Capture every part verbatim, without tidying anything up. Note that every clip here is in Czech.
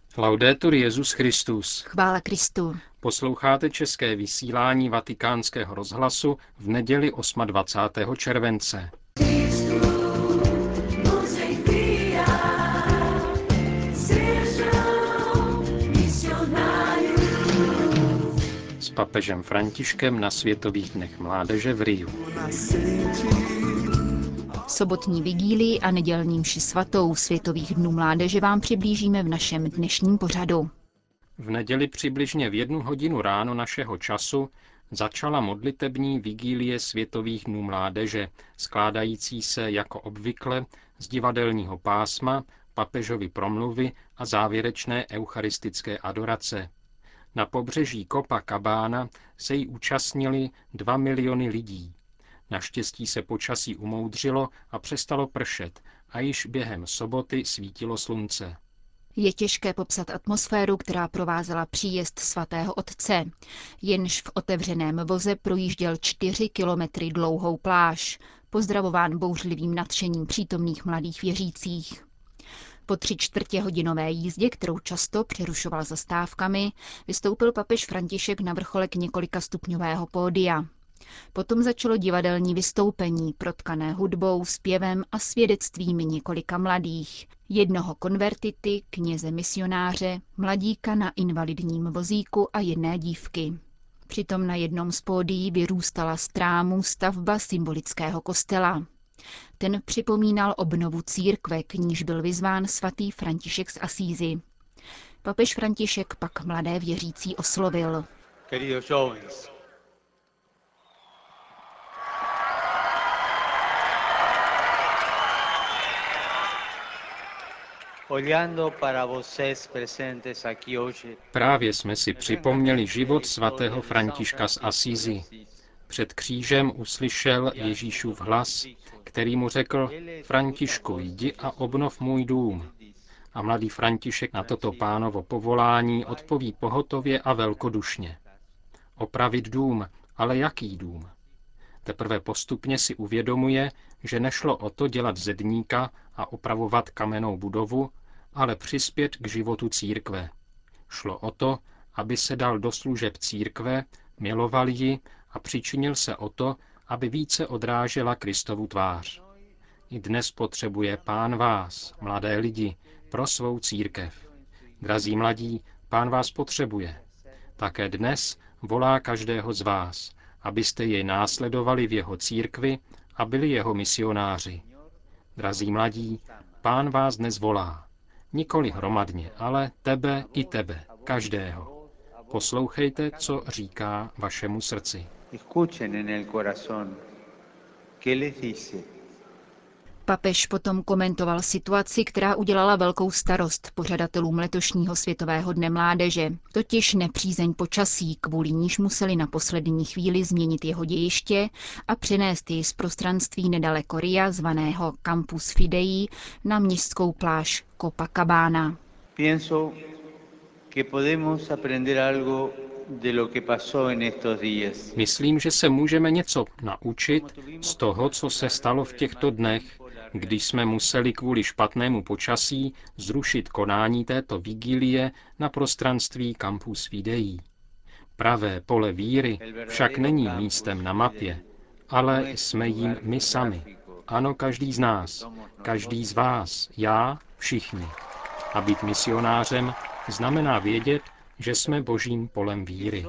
Laudetur Jesus Christus. Chvála Kristu. Posloucháte české vysílání Vatikánského rozhlasu v neděli dvacátého osmého července. S papežem Františkem na Světových dnech mládeže v Riu. Sobotní vigílii a nedělní mši svatou Světových dnů mládeže vám přiblížíme v našem dnešním pořadu. V neděli přibližně v jednu hodinu ráno našeho času začala modlitební vigílie Světových dnů mládeže, skládající se jako obvykle z divadelního pásma, papežovy promluvy a závěrečné eucharistické adorace. Na pobřeží Copacabana se jí účastnili dva miliony lidí. Naštěstí se počasí umoudřilo a přestalo pršet a již během soboty svítilo slunce. Je těžké popsat atmosféru, která provázela příjezd svatého otce. Jenž v otevřeném voze projížděl čtyři kilometry dlouhou pláž, pozdravován bouřlivým nadšením přítomných mladých věřících. Po tři čtvrtě hodinové jízdě, kterou často přerušoval zastávkami, vystoupil papež František na vrcholek několika stupňového pódia. Potom začalo divadelní vystoupení, protkané hudbou, zpěvem a svědectvím několika mladých. Jednoho konvertity, kněze misionáře, mladíka na invalidním vozíku a jedné dívky. Přitom na jednom z pódií vyrůstala z trámů stavba symbolického kostela. Ten připomínal obnovu církve, k níž byl vyzván svatý František z Asízy. Papež František pak mladé věřící oslovil. Právě jsme si připomněli život svatého Františka z Asízy. Před křížem uslyšel Ježíšův hlas, který mu řekl: Františku, jdi a obnov můj dům. A mladý František na toto pánovo povolání odpoví pohotově a velkodušně. Opravit dům, ale jaký dům? Teprve postupně si uvědomuje, že nešlo o to dělat zedníka a opravovat kamennou budovu, ale přispět k životu církve. Šlo o to, aby se dal do služeb církve, miloval ji a přičinil se o to, aby více odrážela Kristovu tvář. I dnes potřebuje Pán vás, mladé lidi, pro svou církev. Drazí mladí, Pán vás potřebuje. Také dnes volá každého z vás, abyste jej následovali v jeho církvi a byli jeho misionáři. Drazí mladí, Pán vás dnes volá. Nikoli hromadně, ale tebe i tebe, každého. Poslouchejte, co říká vašemu srdci. Papež potom komentoval situaci, která udělala velkou starost pořadatelům letošního Světového dne mládeže, totiž nepřízeň počasí, kvůli níž museli na poslední chvíli změnit jeho dějiště a přenést jej z prostranství nedaleko Ria, zvaného Campus Fidei, na městskou pláž Copacabana. Pienso que podemos aprender algo de lo que pasó en estos días. Myslím, že se můžeme něco naučit z toho, co se stalo v těchto dnech, když jsme museli kvůli špatnému počasí zrušit konání této vigílie na prostranství Campus Fidei. Pravé pole víry však není místem na mapě, ale jsme jím my sami. Ano, každý z nás, každý z vás, já, všichni. A být misionářem znamená vědět, že jsme božím polem víry.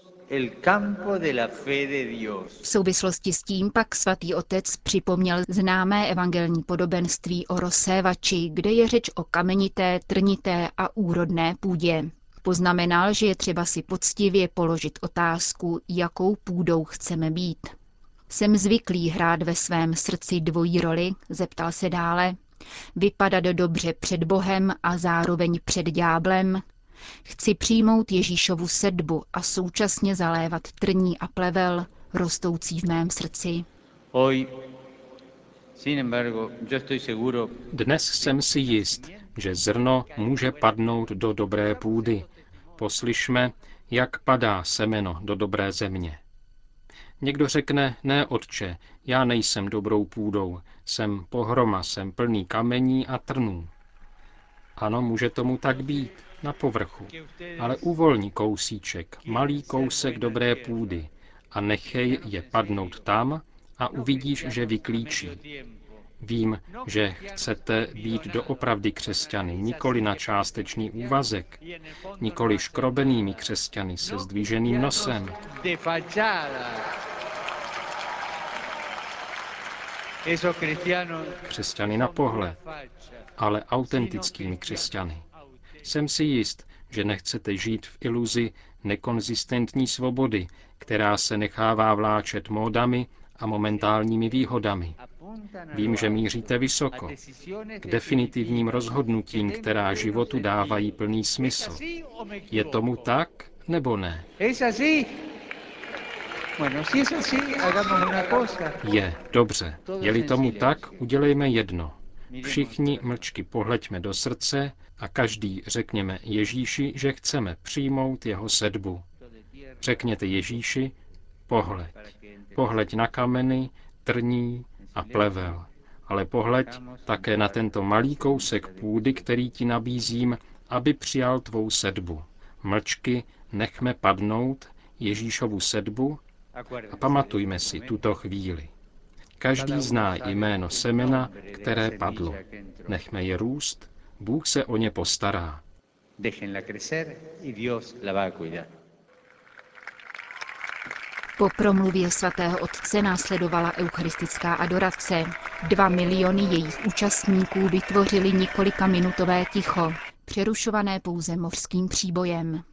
V souvislosti s tím pak svatý otec připomněl známé evangelní podobenství o rozsévači, kde je řeč o kamenité, trnité a úrodné půdě. Poznamenal, že je třeba si poctivě položit otázku, jakou půdou chceme být. Jsem zvyklý hrát ve svém srdci dvojí roli, zeptal se dále, vypadat dobře před Bohem a zároveň před ďáblem. Chci přijmout Ježíšovu sedbu a současně zalévat trní a plevel, rostoucí v mém srdci. Dnes jsem si jist, že zrno může padnout do dobré půdy. Poslyšme, jak padá semeno do dobré země. Někdo řekne, ne otče, já nejsem dobrou půdou, jsem pohroma, jsem plný kamení a trnů. Ano, může tomu tak být, na povrchu, ale uvolni kousíček, malý kousek dobré půdy a nechej je padnout tam a uvidíš, že vyklíčí. Vím, že chcete být doopravdy křesťany, nikoli na částečný úvazek, nikoli škrobenými křesťany se zdviženým nosem. Křesťany na pohled, ale autentickými křesťany. Jsem si jist, že nechcete žít v iluzi nekonzistentní svobody, která se nechává vláčet módami a momentálními výhodami. Vím, že míříte vysoko, k definitivním rozhodnutím, která životu dávají plný smysl. Je tomu tak, nebo ne? Je, dobře. Je-li tomu tak, udělejme jedno. Všichni mlčky pohleďme do srdce a každý řekněme Ježíši, že chceme přijmout jeho sedbu. Řekněte Ježíši, pohleď. Pohleď na kameny, trní a plevel. Ale pohleď také na tento malý kousek půdy, který ti nabízím, aby přijal tvou sedbu. Mlčky nechme padnout Ježíšovu sedbu a pamatujme si tuto chvíli. Každý zná jméno semena, které padlo. Nechme je růst, Bůh se o ně postará. Po promluvě svatého otce následovala eucharistická adorace. Dva miliony jejich účastníků vytvořili několika minutové ticho, přerušované pouze mořským příbojem.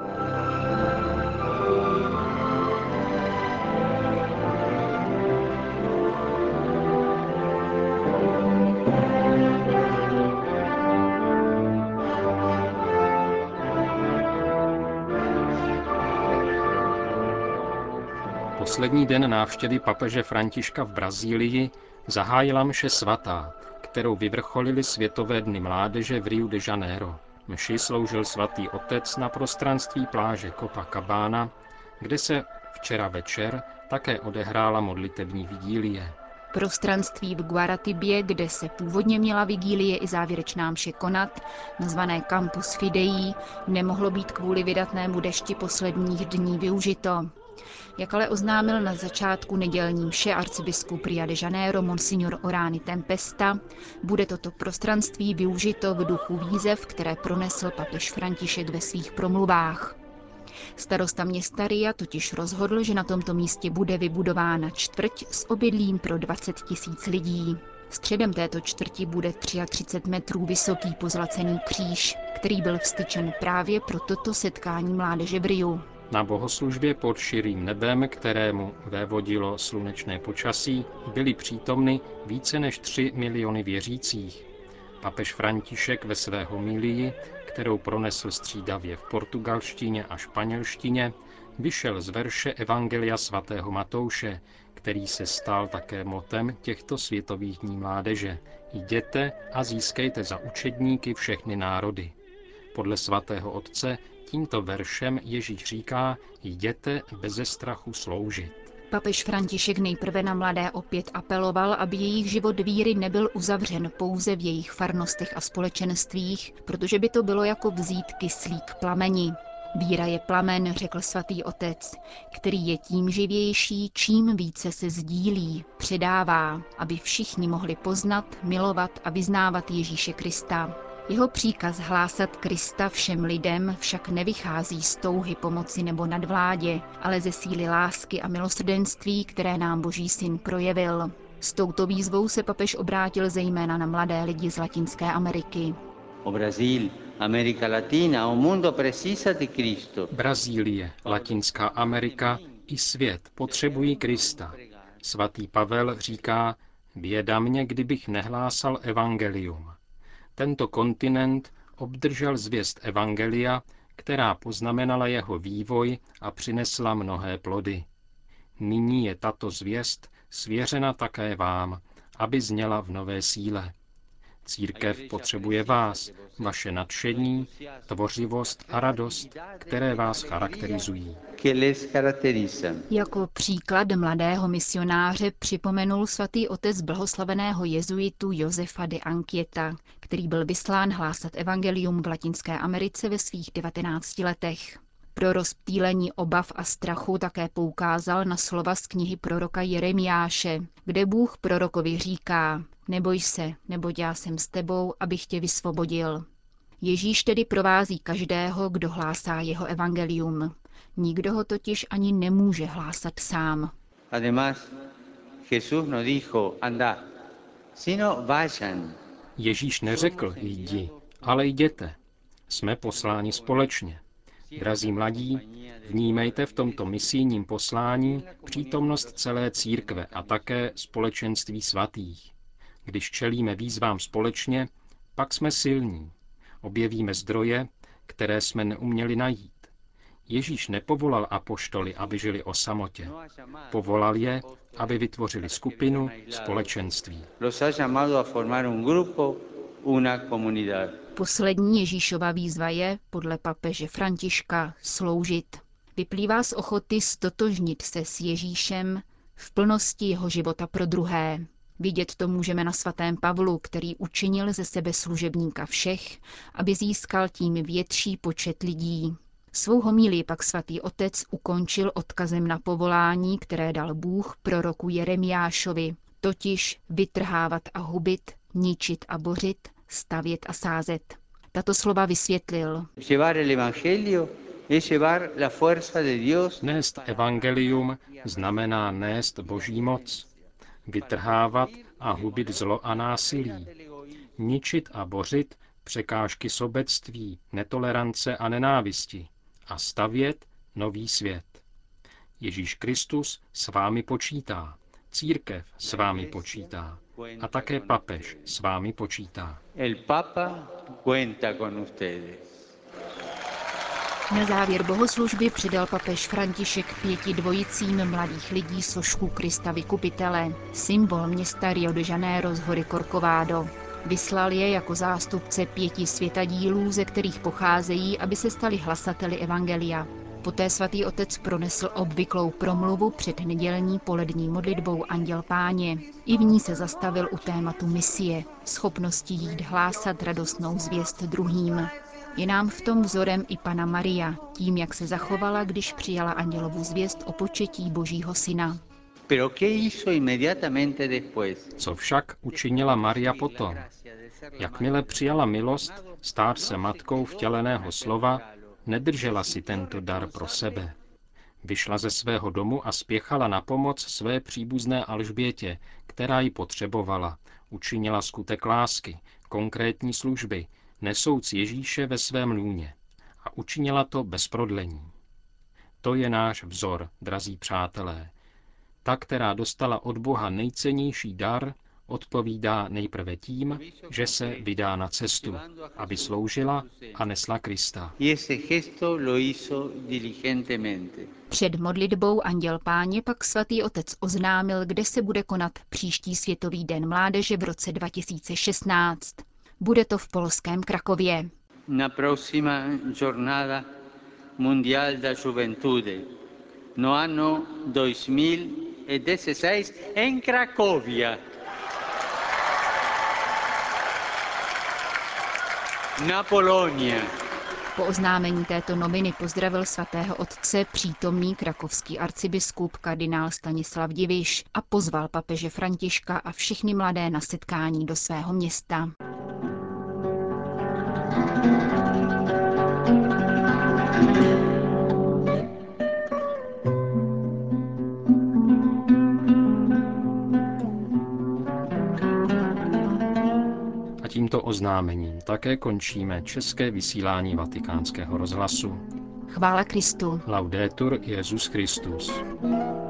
Poslední den návštěvy papeže Františka v Brazílii zahájila mše svatá, kterou vyvrcholili Světové dny mládeže v Rio de Janeiro. Mši sloužil svatý otec na prostranství pláže Copacabana, kde se včera večer také odehrála modlitevní vigílie. Prostranství v Guaratibě, kde se původně měla vigílie i závěrečná mše konat, nazvané Campus Fidei, nemohlo být kvůli vydatnému dešti posledních dní využito. Jak ale oznámil na začátku nedělní mše arcibiskup Ria de Janeiro Monsignor Orani Tempesta, bude toto prostranství využito v duchu výzev, které pronesl papež František ve svých promluvách. Starosta města Ria totiž rozhodl, že na tomto místě bude vybudována čtvrť s obydlím pro dvacet tisíc lidí. Středem této čtvrti bude třicet tři metrů vysoký pozlacený kříž, který byl vztyčen právě pro toto setkání mládeže v Riu. Na bohoslužbě pod širým nebem, kterému vévodilo slunečné počasí, byly přítomny více než tři miliony věřících. Papež František ve své homílii, kterou pronesl střídavě v portugalštině a španělštině, vyšel z verše Evangelia svatého Matouše, který se stal také motem těchto světových dní mládeže. Jděte a získejte za učedníky všechny národy. Podle svatého otce tímto veršem Ježíš říká, jděte beze strachu sloužit. Papež František nejprve na mladé opět apeloval, aby jejich život víry nebyl uzavřen pouze v jejich farnostech a společenstvích, protože by to bylo jako vzít kyslík plameni. Víra je plamen, řekl svatý otec, který je tím živější, čím více se sdílí, předává, aby všichni mohli poznat, milovat a vyznávat Ježíše Krista. Jeho příkaz hlásat Krista všem lidem však nevychází z touhy pomoci nebo nadvládě, ale ze síly lásky a milosrdenství, které nám Boží syn projevil. S touto výzvou se papež obrátil zejména na mladé lidi z Latinské Ameriky. Brazílie, Latinská Amerika i svět potřebují Krista. Svatý Pavel říká, běda mě, kdybych nehlásal evangelium. Tento kontinent obdržel zvěst evangelia, která poznamenala jeho vývoj a přinesla mnohé plody. Nyní je tato zvěst svěřena také vám, aby zněla v nové síle. Církev potřebuje vás, vaše nadšení, tvořivost a radost, které vás charakterizují. Jako příklad mladého misionáře připomenul svatý otec blahoslaveného jezuitu Josefa de Anchieta, který byl vyslán hlásat evangelium v Latinské Americe ve svých devatenácti letech. Pro rozptýlení obav a strachu také poukázal na slova z knihy proroka Jeremiáše, kde Bůh prorokovi říká: neboj se, neboť já jsem s tebou, abych tě vysvobodil. Ježíš tedy provází každého, kdo hlásá jeho evangelium. Nikdo ho totiž ani nemůže hlásat sám. Ježíš neřekl jdi, ale jděte. Jsme posláni společně. Drazí mladí, vnímejte v tomto misijním poslání přítomnost celé církve a také společenství svatých. Když čelíme výzvám společně, pak jsme silní. Objevíme zdroje, které jsme neuměli najít. Ježíš nepovolal apoštoly, aby žili o samotě. Povolal je, aby vytvořili skupinu, společenství. Poslední Ježíšova výzva je, podle papeže Františka, sloužit. Vyplývá z ochoty stotožnit se s Ježíšem v plnosti jeho života pro druhé. Vidět to můžeme na svatém Pavlu, který učinil ze sebe služebníka všech, aby získal tím větší počet lidí. Svou homílii pak svatý otec ukončil odkazem na povolání, které dal Bůh proroku Jeremiášovi, totiž vytrhávat a hubit, ničit a bořit, stavět a sázet. Tato slova vysvětlil. Nést evangelium znamená nést Boží moc. Vytrhávat a hubit zlo a násilí. Ničit a bořit překážky sobectví, netolerance a nenávisti. A stavět nový svět. Ježíš Kristus s vámi počítá. Církev s vámi počítá. A také papež s vámi počítá. Na závěr bohoslužby přidal papež František pěti dvojicím mladých lidí sošku Krista Vykupitele, symbol města Rio de Janeiro z hory Corcovado. Vyslal je jako zástupce pěti světadílů, ze kterých pocházejí, aby se stali hlasateli evangelia. Poté svatý otec pronesl obvyklou promluvu před nedělní polední modlitbou Anděl Páně. I v ní se zastavil u tématu misie, schopnosti jít hlásat radostnou zvěst druhým. Je nám v tom vzorem i Panna Maria, tím, jak se zachovala, když přijala andělovu zvěst o početí Božího syna. Co však učinila Maria potom? Jakmile přijala milost, stát se matkou vtěleného slova, nedržela si tento dar pro sebe. Vyšla ze svého domu a spěchala na pomoc své příbuzné Alžbětě, která ji potřebovala. Učinila skutek lásky, konkrétní služby, nesouc Ježíše ve svém lůně. A učinila to bez prodlení. To je náš vzor, drazí přátelé. Ta, která dostala od Boha nejcennější dar, odpovídá nejprve tím, že se vydá na cestu, aby sloužila a nesla Krista. Před modlitbou Anděl Páně pak svatý otec oznámil, kde se bude konat příští Světový den mládeže v roce dva tisíce šestnáct. Bude to v polském Krakově. Na próxima jornada mundial da juventude no ano dois mil e dezesseis em Cracóvia. Na Polonia. Po oznámení této noviny pozdravil svatého otce přítomný krakovský arcibiskup kardinál Stanislav Diviš a pozval papeže Františka a všechny mladé na setkání do svého města. A tímto oznámením také končíme české vysílání Vatikánského rozhlasu. Chvála Kristu. Laudetur Jesus Christus.